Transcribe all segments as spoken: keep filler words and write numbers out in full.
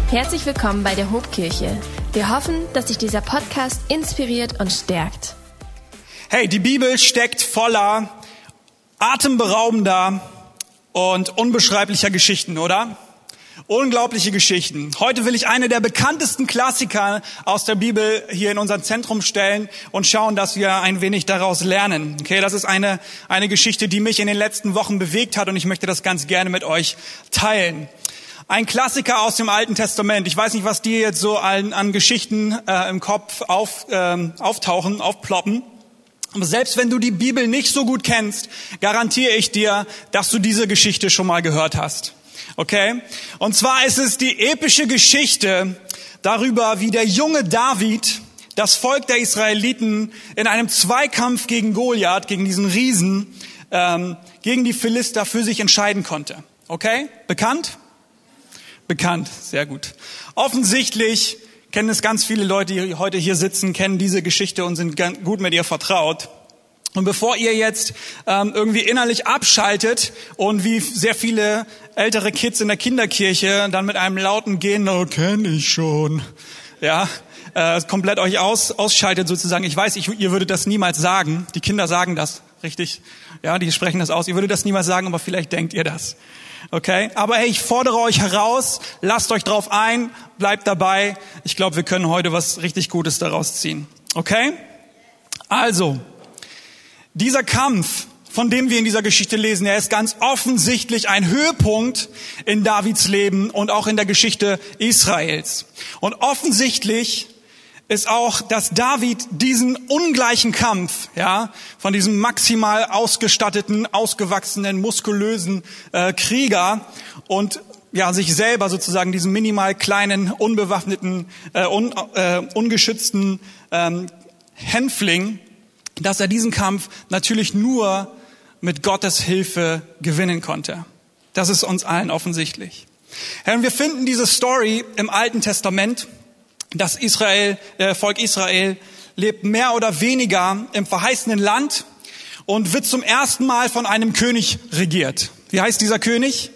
Herzlich willkommen bei der Hobkirche. Wir hoffen, dass dich dieser Podcast inspiriert und stärkt. Hey, die Bibel steckt voller atemberaubender und unbeschreiblicher Geschichten, oder? Unglaubliche Geschichten. Heute will ich eine der bekanntesten Klassiker aus der Bibel hier in unser Zentrum stellen und schauen, dass wir ein wenig daraus lernen. Okay, das ist eine eine Geschichte, die mich in den letzten Wochen bewegt hat und ich möchte das ganz gerne mit euch teilen. Ein Klassiker aus dem Alten Testament. Ich weiß nicht, was dir jetzt so an, an Geschichten äh, im Kopf auf, ähm, auftauchen, aufploppen. Aber selbst wenn du die Bibel nicht so gut kennst, garantiere ich dir, dass du diese Geschichte schon mal gehört hast. Okay? Und zwar ist es die epische Geschichte darüber, wie der junge David das Volk der Israeliten in einem Zweikampf gegen Goliath, gegen diesen Riesen, ähm, gegen die Philister für sich entscheiden konnte. Okay? Bekannt? Bekannt, sehr gut. Offensichtlich kennen es ganz viele Leute, die heute hier sitzen, kennen diese Geschichte und sind gut mit ihr vertraut. Und bevor ihr jetzt ähm, irgendwie innerlich abschaltet und wie sehr viele ältere Kids in der Kinderkirche dann mit einem lauten Gehen, oh, kenne ich schon, ja, äh, komplett euch aus, ausschaltet sozusagen. Ich weiß, ich, ihr würdet das niemals sagen. Die Kinder sagen das, richtig? Ja, die sprechen das aus. Ihr würdet das niemals sagen, aber vielleicht denkt ihr das. Okay, aber hey, ich fordere euch heraus, lasst euch drauf ein, bleibt dabei. Ich glaube, wir können heute was richtig Gutes daraus ziehen. Okay? Also, dieser Kampf, von dem wir in dieser Geschichte lesen, er ist ganz offensichtlich ein Höhepunkt in Davids Leben und auch in der Geschichte Israels. Und offensichtlich ist auch, dass David diesen ungleichen Kampf, ja, von diesem maximal ausgestatteten, ausgewachsenen, muskulösen äh, Krieger und ja sich selber sozusagen diesem minimal kleinen, unbewaffneten, äh, un, äh, ungeschützten ähm, Hänfling, dass er diesen Kampf natürlich nur mit Gottes Hilfe gewinnen konnte. Das ist uns allen offensichtlich. Herr, wir finden diese Story im Alten Testament. Das Israel, äh, Volk Israel lebt mehr oder weniger im verheißenen Land und wird zum ersten Mal von einem König regiert. Wie heißt dieser König?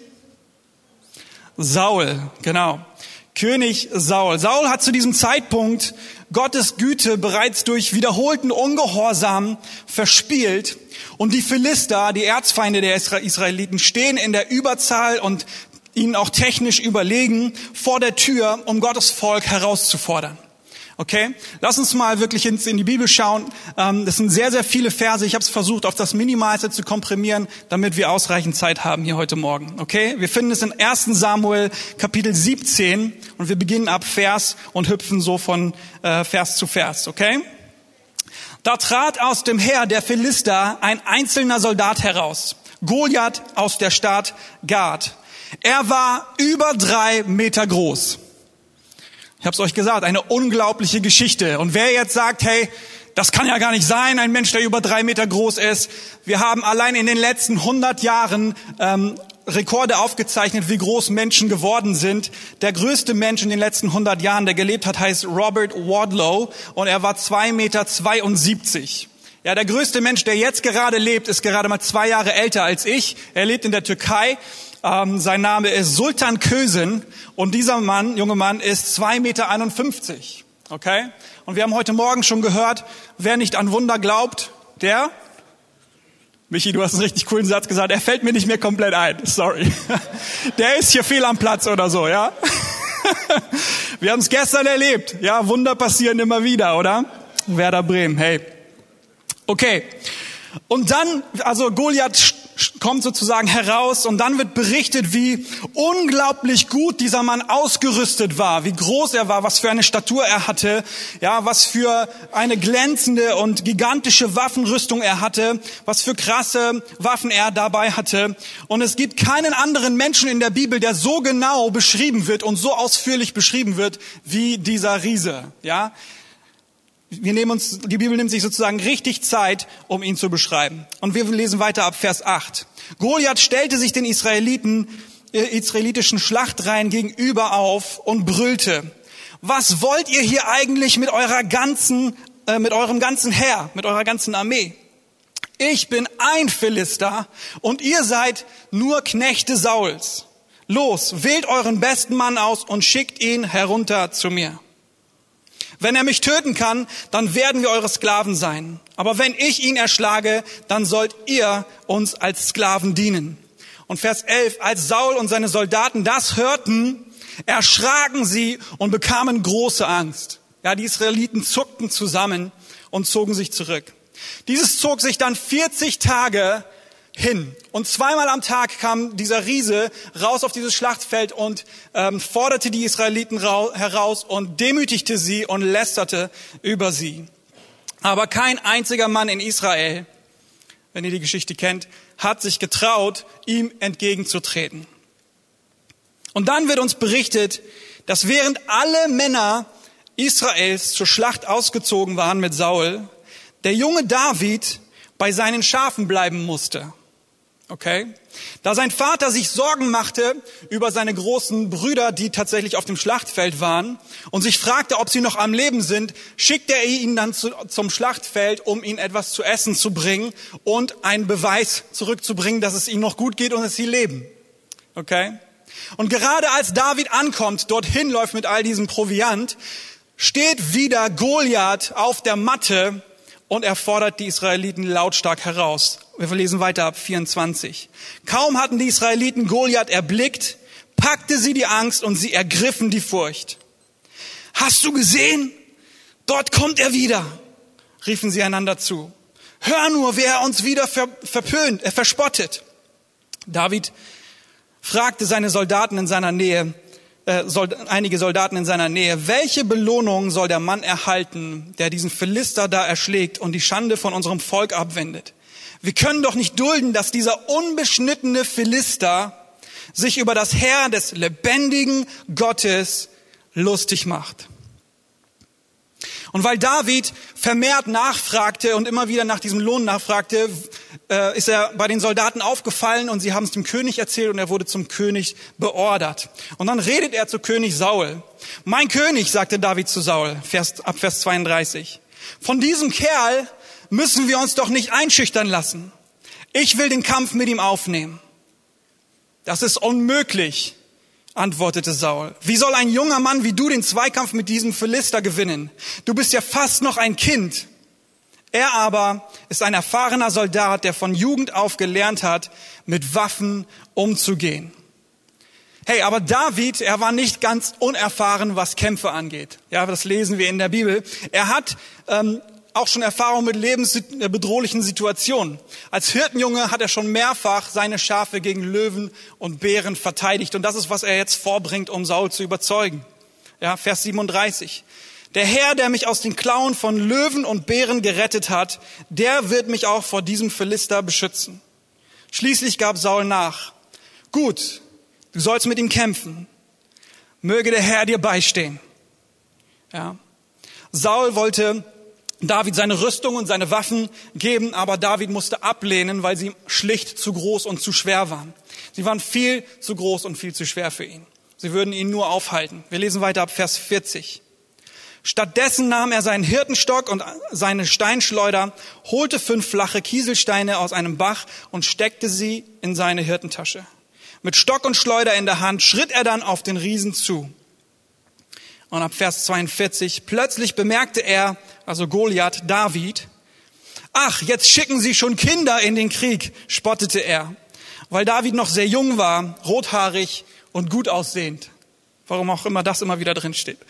Saul, genau. König Saul. Saul hat zu diesem Zeitpunkt Gottes Güte bereits durch wiederholten Ungehorsam verspielt. Und die Philister, die Erzfeinde der Israeliten, stehen in der Überzahl und ihnen auch technisch überlegen vor der Tür, um Gottes Volk herauszufordern. Okay? Lass uns mal wirklich in die Bibel schauen. Das sind sehr, sehr viele Verse. Ich habe es versucht, auf das Minimalste zu komprimieren, damit wir ausreichend Zeit haben hier heute Morgen. Okay? Wir finden es in ersten Samuel Kapitel siebzehn und wir beginnen ab Vers und hüpfen so von äh, Vers zu Vers. Okay? Da trat aus dem Heer der Philister ein einzelner Soldat heraus, Goliath aus der Stadt Gath. Er war über drei Meter groß. Ich habe es euch gesagt, eine unglaubliche Geschichte. Und wer jetzt sagt, hey, das kann ja gar nicht sein, ein Mensch, der über drei Meter groß ist. Wir haben allein in den letzten hundert Jahren ähm, Rekorde aufgezeichnet, wie groß Menschen geworden sind. Der größte Mensch in den letzten hundert Jahren, der gelebt hat, heißt Robert Wadlow und er war zwei Meter zweiundsiebzig. Ja, der größte Mensch, der jetzt gerade lebt, ist gerade mal zwei Jahre älter als ich. Er lebt in der Türkei. Ähm, sein Name ist Sultan Kösen und dieser Mann, junge Mann, ist zwei Meter einundfünfzig. Okay? Und wir haben heute Morgen schon gehört, wer nicht an Wunder glaubt, der... Michi, du hast einen richtig coolen Satz gesagt, er fällt mir nicht mehr komplett ein. Sorry. Der ist hier fehl am Platz oder so, ja? Wir haben es gestern erlebt. Ja, Wunder passieren immer wieder, oder? Werder Bremen, hey. Okay. Und dann, also Goliath kommt sozusagen heraus und dann wird berichtet, wie unglaublich gut dieser Mann ausgerüstet war, wie groß er war, was für eine Statur er hatte, ja, was für eine glänzende und gigantische Waffenrüstung er hatte, was für krasse Waffen er dabei hatte. Und es gibt keinen anderen Menschen in der Bibel, der so genau beschrieben wird und so ausführlich beschrieben wird wie dieser Riese, ja. Wir nehmen uns, die Bibel nimmt sich sozusagen richtig Zeit, um ihn zu beschreiben. Und wir lesen weiter ab Vers acht. Goliath stellte sich den Israeliten, äh, israelitischen Schlachtreihen gegenüber auf und brüllte: Was wollt ihr hier eigentlich mit eurer ganzen, äh, mit eurem ganzen Heer, mit eurer ganzen Armee? Ich bin ein Philister und ihr seid nur Knechte Sauls. Los, wählt euren besten Mann aus und schickt ihn herunter zu mir. Wenn er mich töten kann, dann werden wir eure Sklaven sein. Aber wenn ich ihn erschlage, dann sollt ihr uns als Sklaven dienen. Und Vers elf, als Saul und seine Soldaten das hörten, erschraken sie und bekamen große Angst. Ja, die Israeliten zuckten zusammen und zogen sich zurück. Dieses zog sich dann vierzig Tage hin. Und zweimal am Tag kam dieser Riese raus auf dieses Schlachtfeld und ähm, forderte die Israeliten ra- heraus und demütigte sie und lästerte über sie. Aber kein einziger Mann in Israel, wenn ihr die Geschichte kennt, hat sich getraut, ihm entgegenzutreten. Und dann wird uns berichtet, dass während alle Männer Israels zur Schlacht ausgezogen waren mit Saul, der junge David bei seinen Schafen bleiben musste. Okay? Da sein Vater sich Sorgen machte über seine großen Brüder, die tatsächlich auf dem Schlachtfeld waren, und sich fragte, ob sie noch am Leben sind, schickte er ihn dann zu, zum Schlachtfeld, um ihnen etwas zu essen zu bringen und einen Beweis zurückzubringen, dass es ihnen noch gut geht und dass sie leben. Okay? Und gerade als David ankommt, dorthin läuft mit all diesem Proviant, steht wieder Goliath auf der Matte und er fordert die Israeliten lautstark heraus. Wir lesen weiter ab vierundzwanzig. Kaum hatten die Israeliten Goliath erblickt, packte sie die Angst und sie ergriffen die Furcht. Hast du gesehen? Dort kommt er wieder, riefen sie einander zu. Hör nur, wer uns wieder ver- verpönt, er verspottet. David fragte seine Soldaten in seiner Nähe, äh, soll, einige Soldaten in seiner Nähe, welche Belohnung soll der Mann erhalten, der diesen Philister da erschlägt und die Schande von unserem Volk abwendet? Wir können doch nicht dulden, dass dieser unbeschnittene Philister sich über das Heer des lebendigen Gottes lustig macht. Und weil David vermehrt nachfragte und immer wieder nach diesem Lohn nachfragte, äh, ist er bei den Soldaten aufgefallen und sie haben es dem König erzählt und er wurde zum König beordert. Und dann redet er zu König Saul. Mein König, sagte David zu Saul, Vers, ab Vers zweiunddreißig, von diesem Kerl müssen wir uns doch nicht einschüchtern lassen. Ich will den Kampf mit ihm aufnehmen. Das ist unmöglich, antwortete Saul. Wie soll ein junger Mann wie du den Zweikampf mit diesem Philister gewinnen? Du bist ja fast noch ein Kind. Er aber ist ein erfahrener Soldat, der von Jugend auf gelernt hat, mit Waffen umzugehen. Hey, aber David, er war nicht ganz unerfahren, was Kämpfe angeht. Ja, das lesen wir in der Bibel. Er hat ähm, auch schon Erfahrung mit lebensbedrohlichen Situationen. Als Hirtenjunge hat er schon mehrfach seine Schafe gegen Löwen und Bären verteidigt. Und das ist, was er jetzt vorbringt, um Saul zu überzeugen. Ja, Vers siebenunddreißig. Der Herr, der mich aus den Klauen von Löwen und Bären gerettet hat, der wird mich auch vor diesem Philister beschützen. Schließlich gab Saul nach. Gut, du sollst mit ihm kämpfen. Möge der Herr dir beistehen. Ja. Saul wollte David seine Rüstung und seine Waffen geben, aber David musste ablehnen, weil sie schlicht zu groß und zu schwer waren. Sie waren viel zu groß und viel zu schwer für ihn. Sie würden ihn nur aufhalten. Wir lesen weiter ab Vers vierzig. Stattdessen nahm er seinen Hirtenstock und seine Steinschleuder, holte fünf flache Kieselsteine aus einem Bach und steckte sie in seine Hirtentasche. Mit Stock und Schleuder in der Hand schritt er dann auf den Riesen zu. Und ab Vers zweiundvierzig, plötzlich bemerkte er, also Goliath, David. Ach, jetzt schicken sie schon Kinder in den Krieg, spottete er, weil David noch sehr jung war, rothaarig und gut aussehend. Warum auch immer das immer wieder drin steht.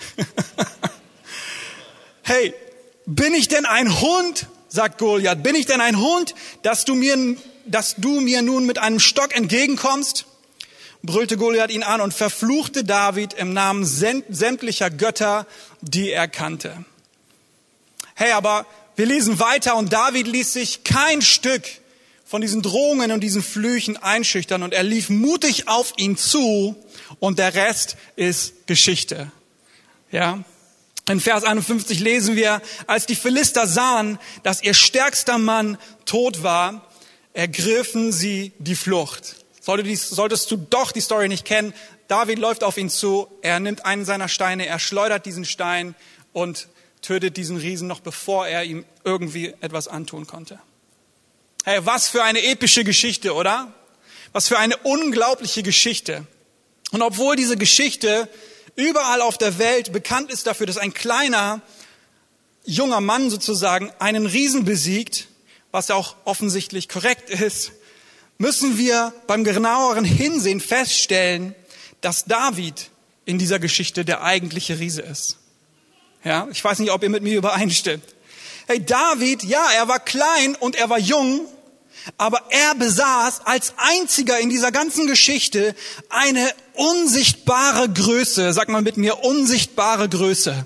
Hey, bin ich denn ein Hund, sagt Goliath, bin ich denn ein Hund, dass du mir, dass du mir nun mit einem Stock entgegenkommst? Brüllte Goliath ihn an und verfluchte David im Namen sämtlicher Götter, die er kannte. Hey, aber wir lesen weiter und David ließ sich kein Stück von diesen Drohungen und diesen Flüchen einschüchtern und er lief mutig auf ihn zu und der Rest ist Geschichte. Ja. In Vers einundfünfzig lesen wir, als die Philister sahen, dass ihr stärkster Mann tot war, ergriffen sie die Flucht. Solltest du doch die Story nicht kennen, David läuft auf ihn zu, er nimmt einen seiner Steine, er schleudert diesen Stein und tötet diesen Riesen noch bevor er ihm irgendwie etwas antun konnte. Hey, was für eine epische Geschichte, oder? Was für eine unglaubliche Geschichte. Und obwohl diese Geschichte überall auf der Welt bekannt ist dafür, dass ein kleiner, junger Mann sozusagen einen Riesen besiegt, was ja auch offensichtlich korrekt ist, müssen wir beim genaueren Hinsehen feststellen, dass David in dieser Geschichte der eigentliche Riese ist. Ja, ich weiß nicht, ob ihr mit mir übereinstimmt. Hey, David, ja, er war klein und er war jung, aber er besaß als einziger in dieser ganzen Geschichte eine unsichtbare Größe. Sag mal mit mir, unsichtbare Größe.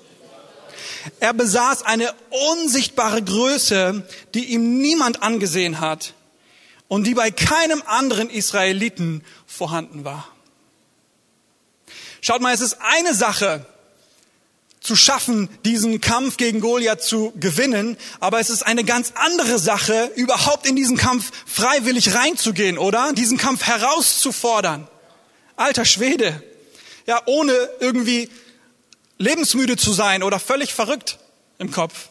Er besaß eine unsichtbare Größe, die ihm niemand angesehen hat und die bei keinem anderen Israeliten vorhanden war. Schaut mal, es ist eine Sache, zu schaffen, diesen Kampf gegen Goliath zu gewinnen, aber es ist eine ganz andere Sache, überhaupt in diesen Kampf freiwillig reinzugehen, oder? Diesen Kampf herauszufordern. Alter Schwede. Ja, ohne irgendwie lebensmüde zu sein oder völlig verrückt im Kopf.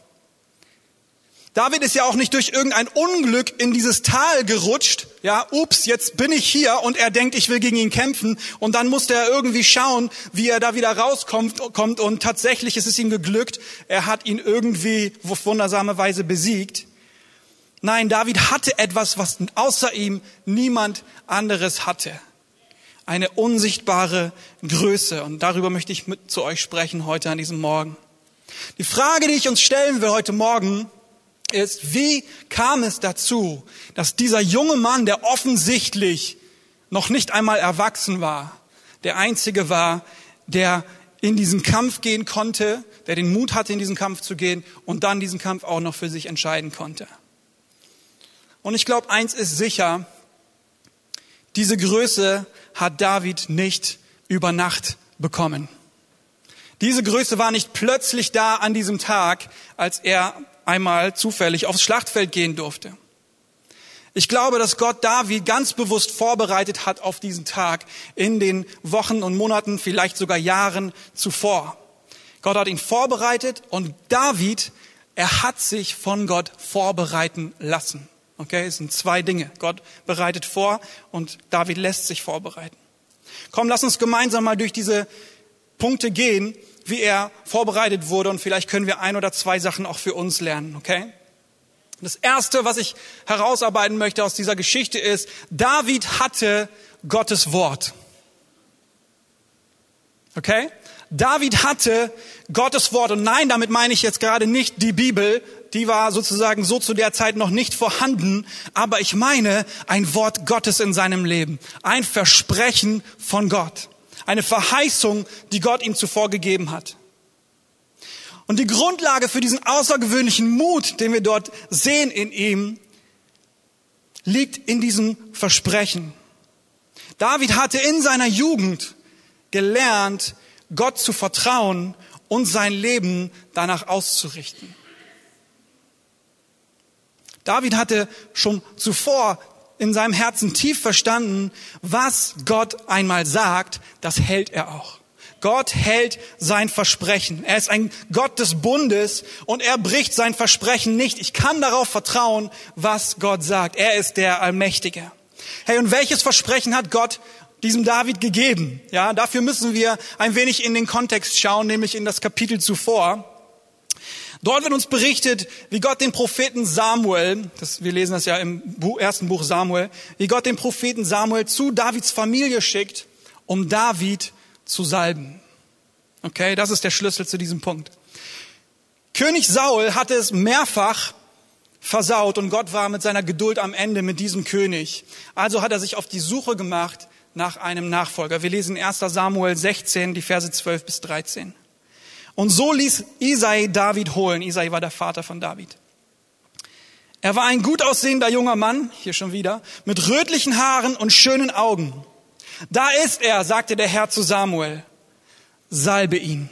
David ist ja auch nicht durch irgendein Unglück in dieses Tal gerutscht. Ja, ups, jetzt bin ich hier und er denkt, ich will gegen ihn kämpfen. Und dann musste er irgendwie schauen, wie er da wieder rauskommt. Kommt. Und tatsächlich ist es ihm geglückt. Er hat ihn irgendwie auf wundersame Weise besiegt. Nein, David hatte etwas, was außer ihm niemand anderes hatte. Eine unsichtbare Größe. Und darüber möchte ich mit zu euch sprechen heute an diesem Morgen. Die Frage, die ich uns stellen will heute Morgen, ist, wie kam es dazu, dass dieser junge Mann, der offensichtlich noch nicht einmal erwachsen war, der Einzige war, der in diesen Kampf gehen konnte, der den Mut hatte, in diesen Kampf zu gehen und dann diesen Kampf auch noch für sich entscheiden konnte. Und ich glaube, eins ist sicher, diese Größe hat David nicht über Nacht bekommen. Diese Größe war nicht plötzlich da an diesem Tag, als er einmal zufällig aufs Schlachtfeld gehen durfte. Ich glaube, dass Gott David ganz bewusst vorbereitet hat auf diesen Tag in den Wochen und Monaten, vielleicht sogar Jahren zuvor. Gott hat ihn vorbereitet und David, er hat sich von Gott vorbereiten lassen. Okay, es sind zwei Dinge. Gott bereitet vor und David lässt sich vorbereiten. Komm, lass uns gemeinsam mal durch diese Punkte gehen, wie er vorbereitet wurde und vielleicht können wir ein oder zwei Sachen auch für uns lernen, okay? Das Erste, was ich herausarbeiten möchte aus dieser Geschichte ist, David hatte Gottes Wort. Okay? David hatte Gottes Wort und nein, damit meine ich jetzt gerade nicht die Bibel, die war sozusagen so zu der Zeit noch nicht vorhanden, aber ich meine ein Wort Gottes in seinem Leben, ein Versprechen von Gott. Eine Verheißung, die Gott ihm zuvor gegeben hat. Und die Grundlage für diesen außergewöhnlichen Mut, den wir dort sehen in ihm, liegt in diesem Versprechen. David hatte in seiner Jugend gelernt, Gott zu vertrauen und sein Leben danach auszurichten. David hatte schon zuvor in seinem Herzen tief verstanden, was Gott einmal sagt, das hält er auch. Gott hält sein Versprechen. Er ist ein Gott des Bundes und er bricht sein Versprechen nicht. Ich kann darauf vertrauen, was Gott sagt. Er ist der Allmächtige. Hey, und welches Versprechen hat Gott diesem David gegeben? Ja, dafür müssen wir ein wenig in den Kontext schauen, nämlich in das Kapitel zuvor. Dort wird uns berichtet, wie Gott den Propheten Samuel, das, wir lesen das ja im ersten Buch Samuel, wie Gott den Propheten Samuel zu Davids Familie schickt, um David zu salben. Okay, das ist der Schlüssel zu diesem Punkt. König Saul hatte es mehrfach versaut und Gott war mit seiner Geduld am Ende mit diesem König. Also hat er sich auf die Suche gemacht nach einem Nachfolger. Wir lesen in erster Samuel sechzehn, die Verse zwölf bis dreizehn. Und so ließ Isai David holen. Isai war der Vater von David. Er war ein gut aussehender junger Mann, hier schon wieder, mit rötlichen Haaren und schönen Augen. Da ist er, sagte der Herr zu Samuel, salbe ihn.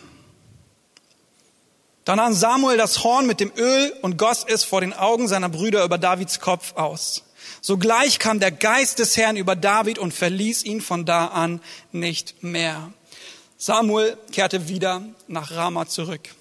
Da nahm Samuel das Horn mit dem Öl und goss es vor den Augen seiner Brüder über Davids Kopf aus. Sogleich kam der Geist des Herrn über David und verließ ihn von da an nicht mehr. Samuel kehrte wieder nach Rama zurück.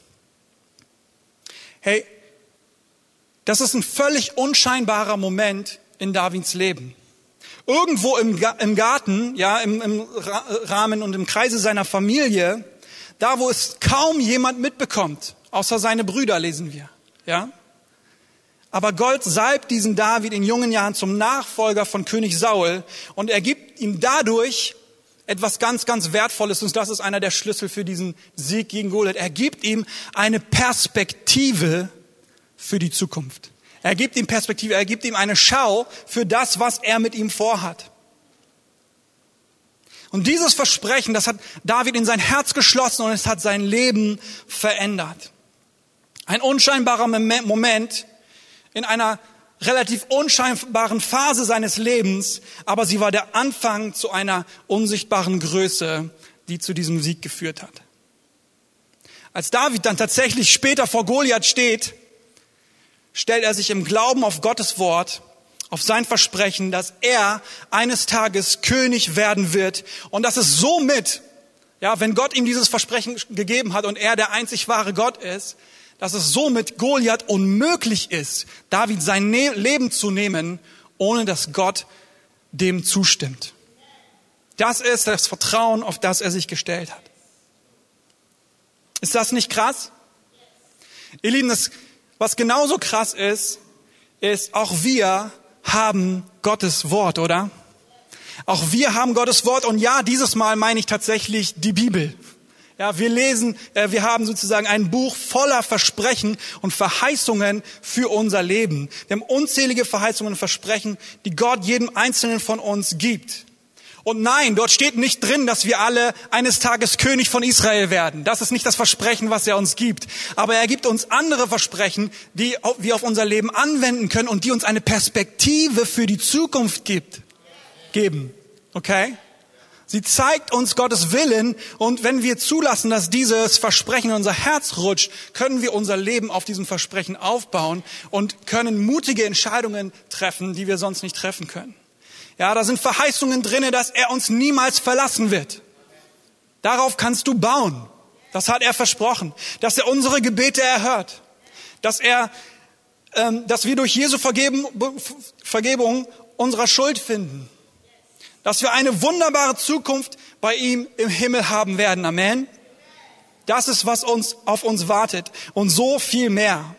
Hey, das ist ein völlig unscheinbarer Moment in Davids Leben. irgendwo im, im Garten, ja, im, im Rahmen und im Kreise seiner Familie, da wo es kaum jemand mitbekommt, außer seine Brüder, lesen wir, ja. Aber Gott salbt diesen David in jungen Jahren zum Nachfolger von König Saul und er gibt ihm dadurch etwas ganz, ganz Wertvolles und das ist einer der Schlüssel für diesen Sieg gegen Goliath. Er gibt ihm eine Perspektive für die Zukunft. Er gibt ihm Perspektive, er gibt ihm eine Schau für das, was er mit ihm vorhat. Und dieses Versprechen, das hat David in sein Herz geschlossen und es hat sein Leben verändert. Ein unscheinbarer Moment in einer relativ unscheinbaren Phase seines Lebens, aber sie war der Anfang zu einer unsichtbaren Größe, die zu diesem Sieg geführt hat. Als David dann tatsächlich später vor Goliath steht, stellt er sich im Glauben auf Gottes Wort, auf sein Versprechen, dass er eines Tages König werden wird und dass es somit, ja, wenn Gott ihm dieses Versprechen gegeben hat und er der einzig wahre Gott ist, dass es somit Goliath unmöglich ist, David sein ne- Leben zu nehmen, ohne dass Gott dem zustimmt. Das ist das Vertrauen, auf das er sich gestellt hat. Ist das nicht krass? Ihr Lieben, das, was genauso krass ist, ist, auch wir haben Gottes Wort, oder? Auch wir haben Gottes Wort und ja, dieses Mal meine ich tatsächlich die Bibel. Ja, wir lesen, äh, wir haben sozusagen ein Buch voller Versprechen und Verheißungen für unser Leben. Wir haben unzählige Verheißungen und Versprechen, die Gott jedem Einzelnen von uns gibt. Und nein, dort steht nicht drin, dass wir alle eines Tages König von Israel werden. Das ist nicht das Versprechen, was er uns gibt. Aber er gibt uns andere Versprechen, die wir auf unser Leben anwenden können und die uns eine Perspektive für die Zukunft gibt, geben. Okay? Sie zeigt uns Gottes Willen und wenn wir zulassen, dass dieses Versprechen in unser Herz rutscht, können wir unser Leben auf diesem Versprechen aufbauen und können mutige Entscheidungen treffen, die wir sonst nicht treffen können. Ja, da sind Verheißungen drinne, dass er uns niemals verlassen wird. Darauf kannst du bauen. Das hat er versprochen, dass er unsere Gebete erhört, dass er, ähm, dass wir durch Jesu Vergeben, Vergebung unserer Schuld finden. Dass wir eine wunderbare Zukunft bei ihm im Himmel haben werden. Amen. Das ist, was uns auf uns wartet. Und so viel mehr.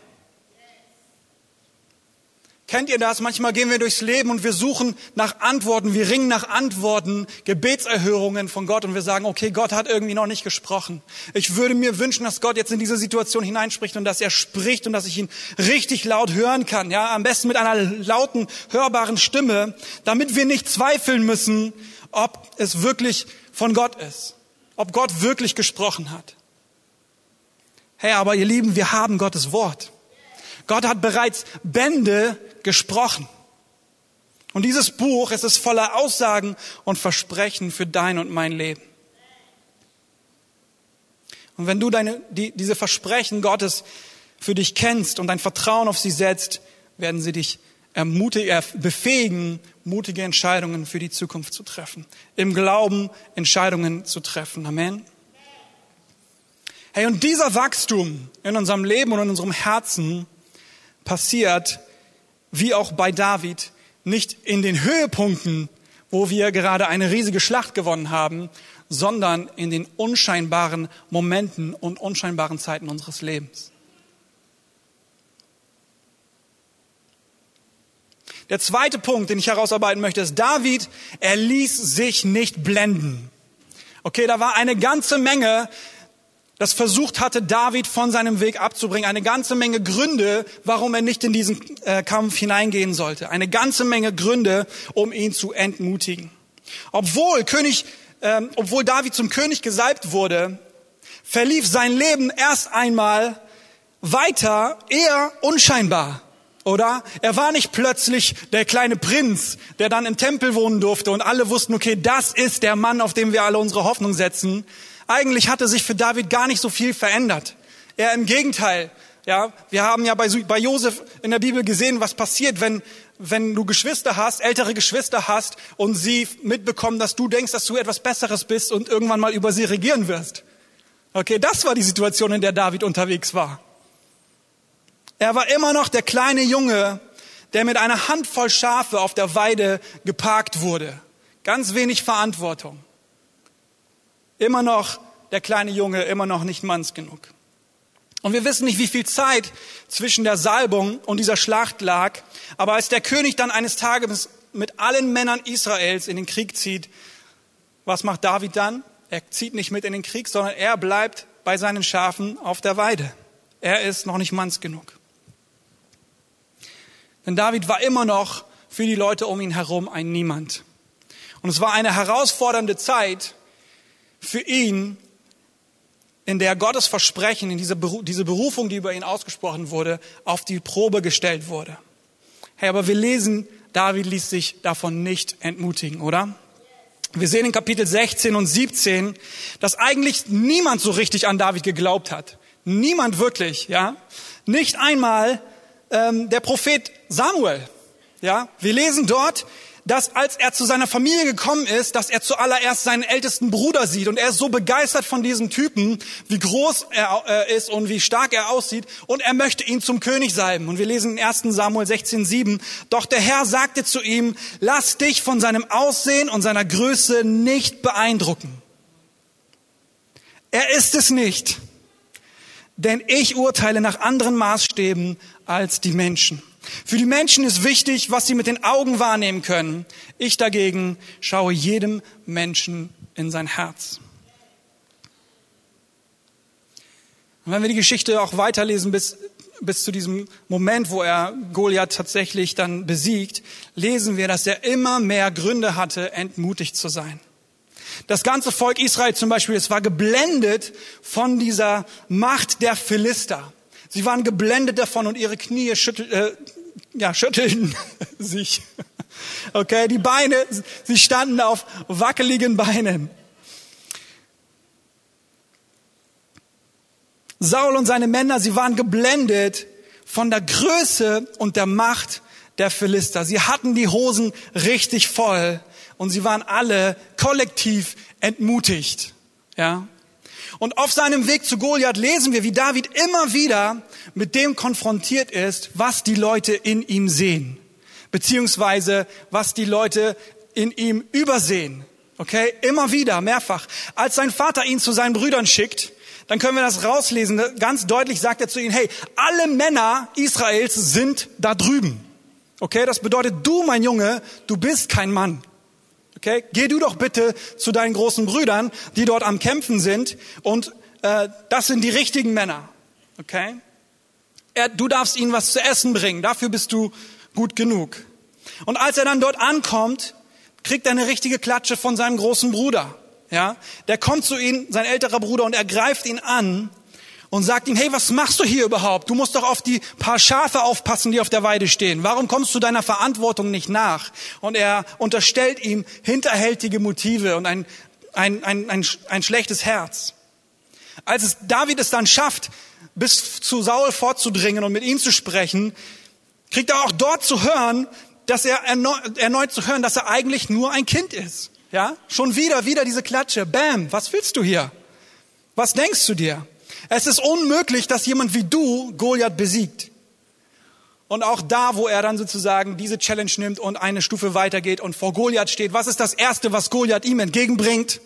Kennt ihr das? Manchmal gehen wir durchs Leben und wir suchen nach Antworten. Wir ringen nach Antworten, Gebetserhörungen von Gott. Und wir sagen, okay, Gott hat irgendwie noch nicht gesprochen. Ich würde mir wünschen, dass Gott jetzt in diese Situation hineinspricht und dass er spricht und dass ich ihn richtig laut hören kann. Ja, am besten mit einer lauten, hörbaren Stimme, damit wir nicht zweifeln müssen, ob es wirklich von Gott ist. Ob Gott wirklich gesprochen hat. Hey, aber ihr Lieben, wir haben Gottes Wort. Gott hat bereits Bände gesprochen. Und dieses Buch, es ist voller Aussagen und Versprechen für dein und mein Leben. Und wenn du deine, die, diese Versprechen Gottes für dich kennst und dein Vertrauen auf sie setzt, werden sie dich ermutigen, befähigen, mutige Entscheidungen für die Zukunft zu treffen. Im Glauben Entscheidungen zu treffen. Amen. Hey, und dieser Wachstum in unserem Leben und in unserem Herzen passiert, wie auch bei David, nicht in den Höhepunkten, wo wir gerade eine riesige Schlacht gewonnen haben, sondern in den unscheinbaren Momenten und unscheinbaren Zeiten unseres Lebens. Der zweite Punkt, den ich herausarbeiten möchte, ist, David, er ließ sich nicht blenden. Okay, da war eine ganze Menge, das versucht hatte, David von seinem Weg abzubringen. Eine ganze Menge Gründe, warum er nicht in diesen äh, Kampf hineingehen sollte. Eine ganze Menge Gründe, um ihn zu entmutigen. Obwohl König, äh, obwohl David zum König gesalbt wurde, verlief sein Leben erst einmal weiter eher unscheinbar. Oder? Er war nicht plötzlich der kleine Prinz, der dann im Tempel wohnen durfte und alle wussten, okay, das ist der Mann, auf den wir alle unsere Hoffnung setzen. Eigentlich hatte sich für David gar nicht so viel verändert. Eher im Gegenteil. Ja, wir haben ja bei, bei Josef in der Bibel gesehen, was passiert, wenn, wenn du Geschwister hast, ältere Geschwister hast und sie mitbekommen, dass du denkst, dass du etwas Besseres bist und irgendwann mal über sie regieren wirst. Okay, das war die Situation, in der David unterwegs war. Er war immer noch der kleine Junge, der mit einer Handvoll Schafe auf der Weide geparkt wurde. Ganz wenig Verantwortung. Immer noch der kleine Junge, immer noch nicht manns genug. Und wir wissen nicht, wie viel Zeit zwischen der Salbung und dieser Schlacht lag. Aber als der König dann eines Tages mit allen Männern Israels in den Krieg zieht, was macht David dann? Er zieht nicht mit in den Krieg, sondern er bleibt bei seinen Schafen auf der Weide. Er ist noch nicht manns genug. Denn David war immer noch für die Leute um ihn herum ein Niemand. Und es war eine herausfordernde Zeit für ihn, in der Gottes Versprechen, in diese Berufung, die über ihn ausgesprochen wurde, auf die Probe gestellt wurde. Hey, aber wir lesen, David ließ sich davon nicht entmutigen, oder? Wir sehen in Kapitel sechzehn und siebzehn, dass eigentlich niemand so richtig an David geglaubt hat. Niemand wirklich, ja. Nicht einmal ähm, der Prophet Samuel, ja. Wir lesen dort, dass als er zu seiner Familie gekommen ist, dass er zuallererst seinen ältesten Bruder sieht. Und er ist so begeistert von diesem Typen, wie groß er äh, ist und wie stark er aussieht. Und er möchte ihn zum König salben. Und wir lesen in ersten Samuel sechzehn sieben. Doch der Herr sagte zu ihm, lass dich von seinem Aussehen und seiner Größe nicht beeindrucken. Er ist es nicht. Denn ich urteile nach anderen Maßstäben als die Menschen. Für die Menschen ist wichtig, was sie mit den Augen wahrnehmen können. Ich dagegen schaue jedem Menschen in sein Herz. Und wenn wir die Geschichte auch weiterlesen bis, bis zu diesem Moment, wo er Goliath tatsächlich dann besiegt, lesen wir, dass er immer mehr Gründe hatte, entmutigt zu sein. Das ganze Volk Israel zum Beispiel, es war geblendet von dieser Macht der Philister. Sie waren geblendet davon und ihre Knie schüttel, äh, ja, schüttelten sich. Okay, die Beine, sie standen auf wackeligen Beinen. Saul und seine Männer, sie waren geblendet von der Größe und der Macht der Philister. Sie hatten die Hosen richtig voll und sie waren alle kollektiv entmutigt. Ja. Und auf seinem Weg zu Goliath lesen wir, wie David immer wieder mit dem konfrontiert ist, was die Leute in ihm sehen, beziehungsweise was die Leute in ihm übersehen. Okay, immer wieder, mehrfach. Als sein Vater ihn zu seinen Brüdern schickt, dann können wir das rauslesen. Ganz deutlich sagt er zu ihnen, hey, alle Männer Israels sind da drüben. Okay, das bedeutet, du, mein Junge, du bist kein Mann. Okay, geh du doch bitte zu deinen großen Brüdern, die dort am Kämpfen sind, und äh, das sind die richtigen Männer. Okay, er, du darfst ihnen was zu essen bringen, dafür bist du gut genug. Und als er dann dort ankommt, kriegt er eine richtige Klatsche von seinem großen Bruder. Ja, der kommt zu ihm, sein älterer Bruder, und er greift ihn an und sagt ihm, hey, was machst du hier überhaupt? Du musst doch auf die paar Schafe aufpassen, die auf der Weide stehen. Warum kommst du deiner Verantwortung nicht nach? Und er unterstellt ihm hinterhältige Motive und ein, ein, ein, ein, ein schlechtes Herz. Als es David es dann schafft, bis zu Saul vorzudringen und mit ihm zu sprechen, kriegt er auch dort zu hören, dass er erneut, erneut zu hören, dass er eigentlich nur ein Kind ist. Ja, schon wieder, wieder diese Klatsche. Bam, was willst du hier? Was denkst du dir? Es ist unmöglich, dass jemand wie du Goliath besiegt. Und auch da, wo er dann sozusagen diese Challenge nimmt und eine Stufe weitergeht und vor Goliath steht, was ist das Erste, was Goliath ihm entgegenbringt?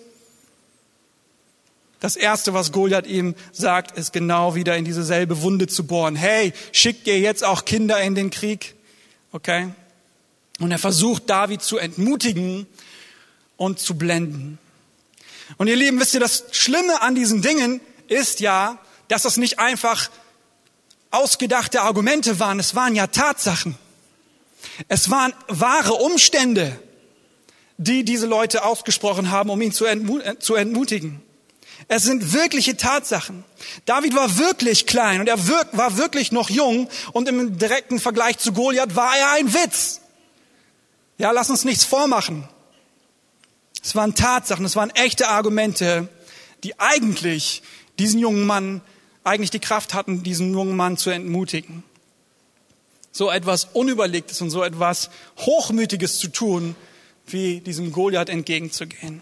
Das Erste, was Goliath ihm sagt, ist genau wieder in diese selbe Wunde zu bohren. Hey, schickt ihr jetzt auch Kinder in den Krieg? Okay? Und er versucht, David zu entmutigen und zu blenden. Und ihr Lieben, wisst ihr, das Schlimme an diesen Dingen ist ja, dass das nicht einfach ausgedachte Argumente waren, es waren ja Tatsachen. Es waren wahre Umstände, die diese Leute ausgesprochen haben, um ihn zu entmutigen. Es sind wirkliche Tatsachen. David war wirklich klein und er war wirklich noch jung, und im direkten Vergleich zu Goliath war er ein Witz. Ja, lass uns nichts vormachen. Es waren Tatsachen, es waren echte Argumente, die eigentlich diesen jungen Mann, eigentlich die Kraft hatten, diesen jungen Mann zu entmutigen. So etwas Unüberlegtes und so etwas Hochmütiges zu tun, wie diesem Goliath entgegenzugehen.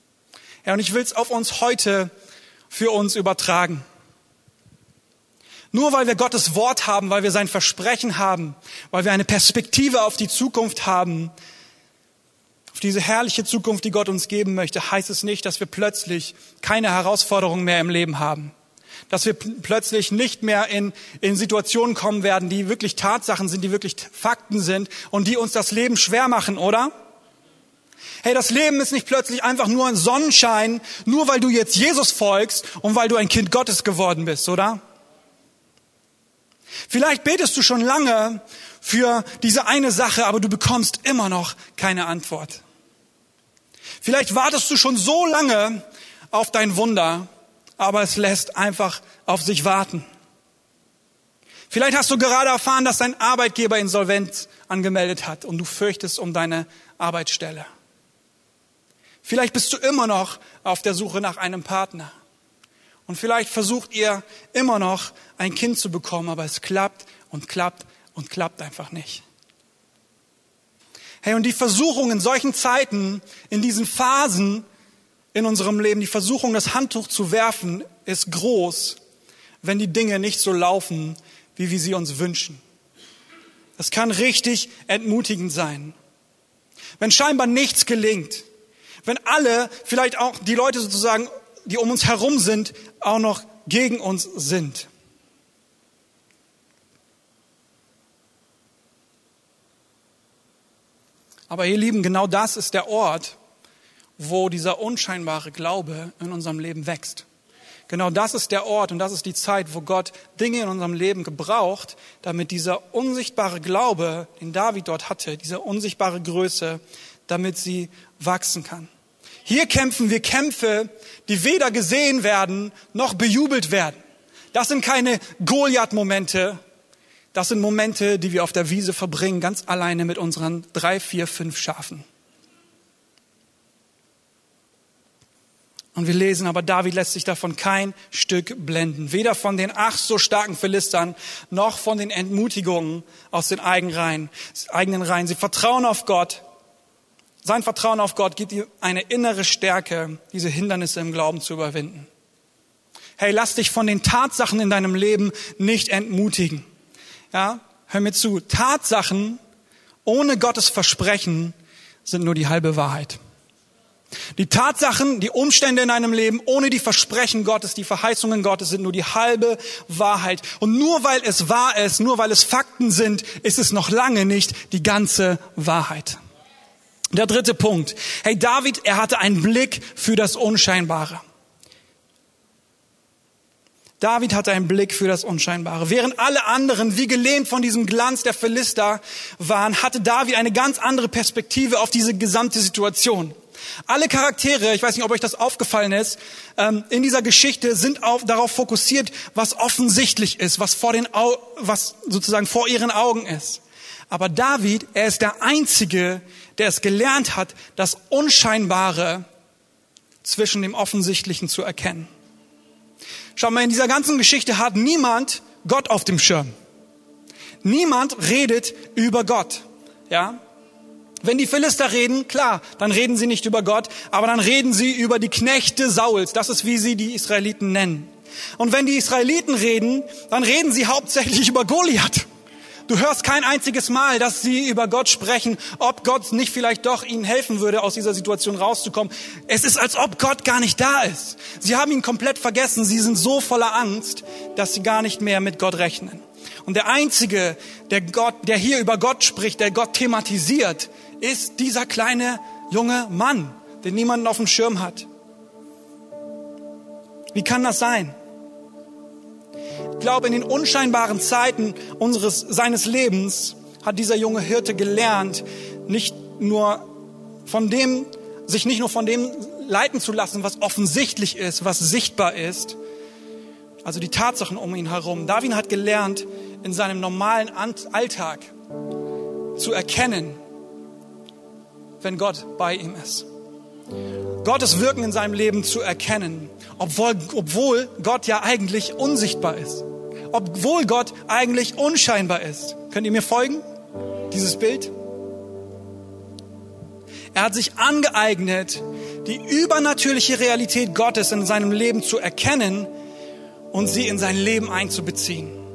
Ja, und ich will es auf uns heute für uns übertragen. Nur weil wir Gottes Wort haben, weil wir sein Versprechen haben, weil wir eine Perspektive auf die Zukunft haben, auf diese herrliche Zukunft, die Gott uns geben möchte, heißt es nicht, dass wir plötzlich keine Herausforderungen mehr im Leben haben. Dass wir plötzlich nicht mehr in, in Situationen kommen werden, die wirklich Tatsachen sind, die wirklich Fakten sind und die uns das Leben schwer machen, oder? Hey, das Leben ist nicht plötzlich einfach nur ein Sonnenschein, nur weil du jetzt Jesus folgst und weil du ein Kind Gottes geworden bist, oder? Vielleicht betest du schon lange für diese eine Sache, aber du bekommst immer noch keine Antwort. Vielleicht wartest du schon so lange auf dein Wunder, aber es lässt einfach auf sich warten. Vielleicht hast du gerade erfahren, dass dein Arbeitgeber Insolvenz angemeldet hat und du fürchtest um deine Arbeitsstelle. Vielleicht bist du immer noch auf der Suche nach einem Partner. Und vielleicht versucht ihr immer noch ein Kind zu bekommen, aber es klappt und klappt und klappt einfach nicht. Hey, und die Versuchung in solchen Zeiten, in diesen Phasen in unserem Leben, die Versuchung, das Handtuch zu werfen, ist groß, wenn die Dinge nicht so laufen, wie wir sie uns wünschen. Das kann richtig entmutigend sein. Wenn scheinbar nichts gelingt, wenn alle, vielleicht auch die Leute sozusagen, die um uns herum sind, auch noch gegen uns sind. Aber ihr Lieben, genau das ist der Ort, wo dieser unscheinbare Glaube in unserem Leben wächst. Genau das ist der Ort und das ist die Zeit, wo Gott Dinge in unserem Leben gebraucht, damit dieser unsichtbare Glaube, den David dort hatte, diese unsichtbare Größe, damit sie wachsen kann. Hier kämpfen wir Kämpfe, die weder gesehen werden, noch bejubelt werden. Das sind keine Goliath-Momente. Das sind Momente, die wir auf der Wiese verbringen, ganz alleine mit unseren drei, vier, fünf Schafen. Und wir lesen, aber David lässt sich davon kein Stück blenden. Weder von den ach so starken Philistern, noch von den Entmutigungen aus den eigenen Reihen. eigenen Reihen. Sie vertrauen auf Gott. Sein Vertrauen auf Gott gibt ihm eine innere Stärke, diese Hindernisse im Glauben zu überwinden. Hey, lass dich von den Tatsachen in deinem Leben nicht entmutigen. Ja, hör mir zu. Tatsachen ohne Gottes Versprechen sind nur die halbe Wahrheit. Die Tatsachen, die Umstände in deinem Leben ohne die Versprechen Gottes, die Verheißungen Gottes sind nur die halbe Wahrheit. Und nur weil es wahr ist, nur weil es Fakten sind, ist es noch lange nicht die ganze Wahrheit. Der dritte Punkt. Hey, David, er hatte einen Blick für das Unscheinbare. David hatte einen Blick für das Unscheinbare. Während alle anderen wie gelähmt von diesem Glanz der Philister waren, hatte David eine ganz andere Perspektive auf diese gesamte Situation. Alle Charaktere, ich weiß nicht, ob euch das aufgefallen ist, in dieser Geschichte sind auf, darauf fokussiert, was offensichtlich ist, was vor den Au- was sozusagen vor ihren Augen ist. Aber David, er ist der Einzige, der es gelernt hat, das Unscheinbare zwischen dem Offensichtlichen zu erkennen. Schau mal, in dieser ganzen Geschichte hat niemand Gott auf dem Schirm. Niemand redet über Gott. Ja? Wenn die Philister reden, klar, dann reden sie nicht über Gott, aber dann reden sie über die Knechte Sauls. Das ist, wie sie die Israeliten nennen. Und wenn die Israeliten reden, dann reden sie hauptsächlich über Goliath. Du hörst kein einziges Mal, dass sie über Gott sprechen, ob Gott nicht vielleicht doch ihnen helfen würde, aus dieser Situation rauszukommen. Es ist, als ob Gott gar nicht da ist. Sie haben ihn komplett vergessen. Sie sind so voller Angst, dass sie gar nicht mehr mit Gott rechnen. Und der Einzige, der Gott, der hier über Gott spricht, der Gott thematisiert, ist dieser kleine junge Mann, den niemand auf dem Schirm hat. Wie kann das sein? Ich glaube, in den unscheinbaren Zeiten unseres, seines Lebens hat dieser junge Hirte gelernt, nicht nur von dem, sich nicht nur von dem leiten zu lassen, was offensichtlich ist, was sichtbar ist, also die Tatsachen um ihn herum. David hat gelernt, in seinem normalen Alltag zu erkennen, wenn Gott bei ihm ist. Gottes Wirken in seinem Leben zu erkennen, obwohl, obwohl Gott ja eigentlich unsichtbar ist. Obwohl Gott eigentlich unscheinbar ist. Könnt ihr mir folgen? Dieses Bild? Er hat sich angeeignet, die übernatürliche Realität Gottes in seinem Leben zu erkennen und sie in sein Leben einzubeziehen.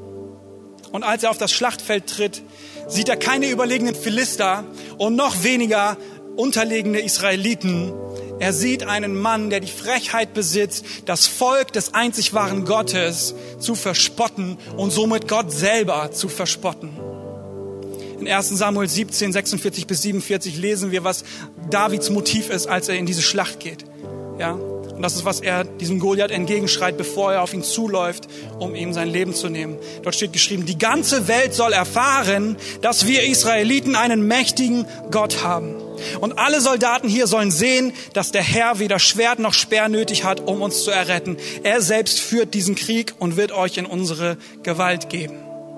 Und als er auf das Schlachtfeld tritt, sieht er keine überlegenen Philister und noch weniger unterlegene Israeliten. Er sieht einen Mann, der die Frechheit besitzt, das Volk des einzig wahren Gottes zu verspotten und somit Gott selber zu verspotten. In erster Samuel siebzehn, sechsundvierzig bis siebenundvierzig lesen wir, was Davids Motiv ist, als er in diese Schlacht geht. Ja? Und das ist, was er diesem Goliath entgegenschreit, bevor er auf ihn zuläuft, um ihm sein Leben zu nehmen. Dort steht geschrieben, die ganze Welt soll erfahren, dass wir Israeliten einen mächtigen Gott haben. Und alle Soldaten hier sollen sehen, dass der Herr weder Schwert noch Speer nötig hat, um uns zu erretten. Er selbst führt diesen Krieg und wird euch in unsere Gewalt geben.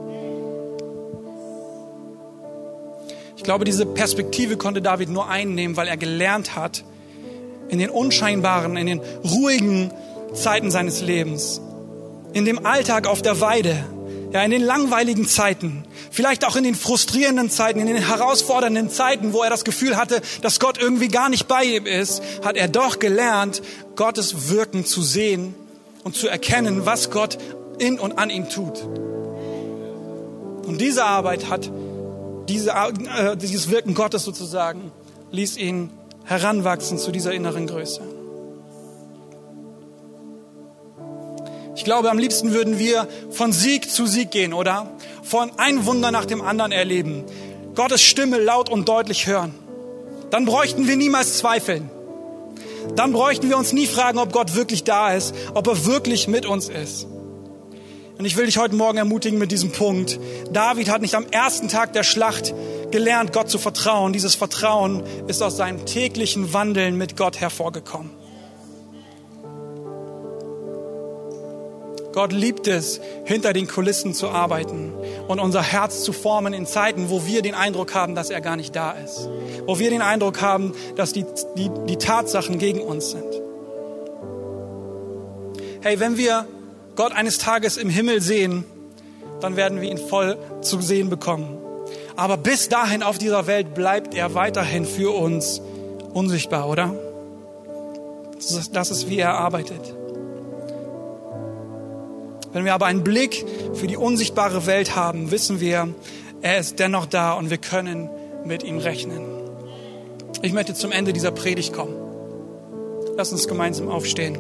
Ich glaube, diese Perspektive konnte David nur einnehmen, weil er gelernt hat, in den unscheinbaren, in den ruhigen Zeiten seines Lebens, in dem Alltag auf der Weide, ja, in den langweiligen Zeiten, vielleicht auch in den frustrierenden Zeiten, in den herausfordernden Zeiten, wo er das Gefühl hatte, dass Gott irgendwie gar nicht bei ihm ist, hat er doch gelernt, Gottes Wirken zu sehen und zu erkennen, was Gott in und an ihm tut. Und diese Arbeit hat, diese, äh, dieses Wirken Gottes sozusagen, ließ ihn heranwachsen zu dieser inneren Größe. Ich glaube, am liebsten würden wir von Sieg zu Sieg gehen, oder? Von ein Wunder nach dem anderen erleben. Gottes Stimme laut und deutlich hören. Dann bräuchten wir niemals zweifeln. Dann bräuchten wir uns nie fragen, ob Gott wirklich da ist, ob er wirklich mit uns ist. Und ich will dich heute Morgen ermutigen mit diesem Punkt. David hat nicht am ersten Tag der Schlacht gelernt, Gott zu vertrauen. Dieses Vertrauen ist aus seinem täglichen Wandeln mit Gott hervorgekommen. Gott liebt es, hinter den Kulissen zu arbeiten und unser Herz zu formen in Zeiten, wo wir den Eindruck haben, dass er gar nicht da ist. Wo wir den Eindruck haben, dass die, die, die Tatsachen gegen uns sind. Hey, wenn wir Gott eines Tages im Himmel sehen, dann werden wir ihn voll zu sehen bekommen. Aber bis dahin auf dieser Welt bleibt er weiterhin für uns unsichtbar, oder? Das ist, wie er arbeitet. Wenn wir aber einen Blick für die unsichtbare Welt haben, wissen wir, er ist dennoch da und wir können mit ihm rechnen. Ich möchte zum Ende dieser Predigt kommen. Lass uns gemeinsam aufstehen.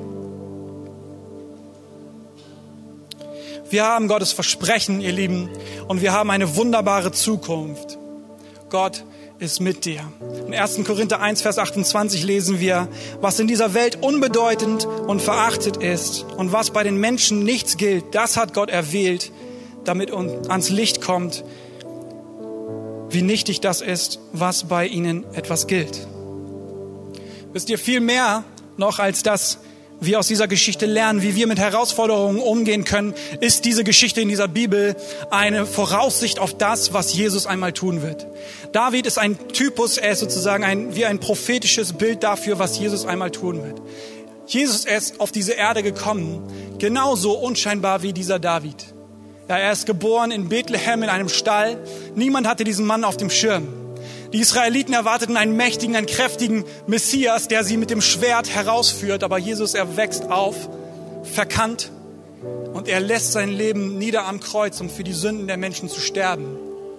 Wir haben Gottes Versprechen, ihr Lieben, und wir haben eine wunderbare Zukunft. Gott ist mit dir. In erster Korinther eins, Vers achtundzwanzig lesen wir, was in dieser Welt unbedeutend und verachtet ist und was bei den Menschen nichts gilt, das hat Gott erwählt, damit uns ans Licht kommt, wie nichtig das ist, was bei ihnen etwas gilt. Wisst ihr, viel mehr noch als das, wir aus dieser Geschichte lernen, wie wir mit Herausforderungen umgehen können, ist diese Geschichte in dieser Bibel eine Voraussicht auf das, was Jesus einmal tun wird. David ist ein Typus, er ist sozusagen ein, wie ein prophetisches Bild dafür, was Jesus einmal tun wird. Jesus ist auf diese Erde gekommen, genauso unscheinbar wie dieser David. Ja, er ist geboren in Bethlehem in einem Stall. Niemand hatte diesen Mann auf dem Schirm. Die Israeliten erwarteten einen mächtigen, einen kräftigen Messias, der sie mit dem Schwert herausführt. Aber Jesus, er wächst auf, verkannt, und er lässt sein Leben nieder am Kreuz, um für die Sünden der Menschen zu sterben.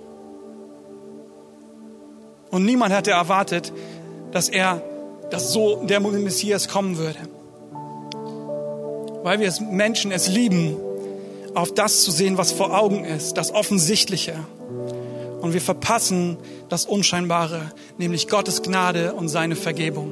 Und niemand hatte erwartet, dass er, dass so der Messias kommen würde. Weil wir Menschen es lieben, auf das zu sehen, was vor Augen ist, das Offensichtliche. Und wir verpassen das Unscheinbare, nämlich Gottes Gnade und seine Vergebung.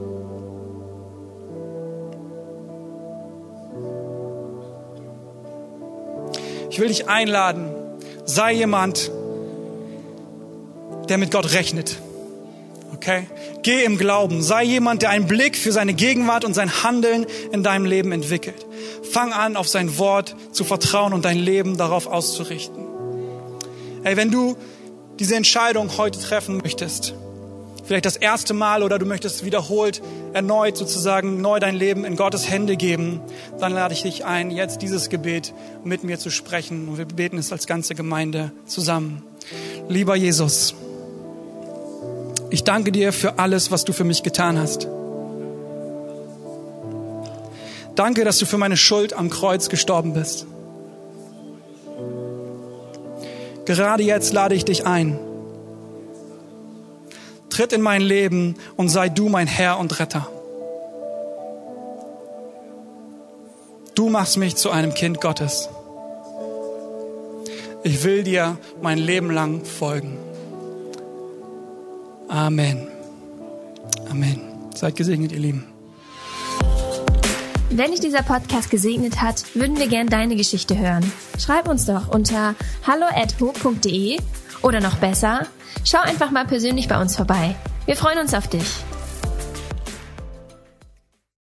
Ich will dich einladen, sei jemand, der mit Gott rechnet. Okay? Geh im Glauben, sei jemand, der einen Blick für seine Gegenwart und sein Handeln in deinem Leben entwickelt. Fang an, auf sein Wort zu vertrauen und dein Leben darauf auszurichten. Hey, wenn du diese Entscheidung heute treffen möchtest, vielleicht das erste Mal oder du möchtest wiederholt, erneut sozusagen neu dein Leben in Gottes Hände geben, dann lade ich dich ein, jetzt dieses Gebet mit mir zu sprechen. Und wir beten es als ganze Gemeinde zusammen. Lieber Jesus, ich danke dir für alles, was du für mich getan hast. Danke, dass du für meine Schuld am Kreuz gestorben bist. Gerade jetzt lade ich dich ein. Tritt in mein Leben und sei du mein Herr und Retter. Du machst mich zu einem Kind Gottes. Ich will dir mein Leben lang folgen. Amen. Amen. Seid gesegnet, ihr Lieben. Wenn dich dieser Podcast gesegnet hat, würden wir gern deine Geschichte hören. Schreib uns doch unter hallo at hope punkt de oder noch besser, schau einfach mal persönlich bei uns vorbei. Wir freuen uns auf dich.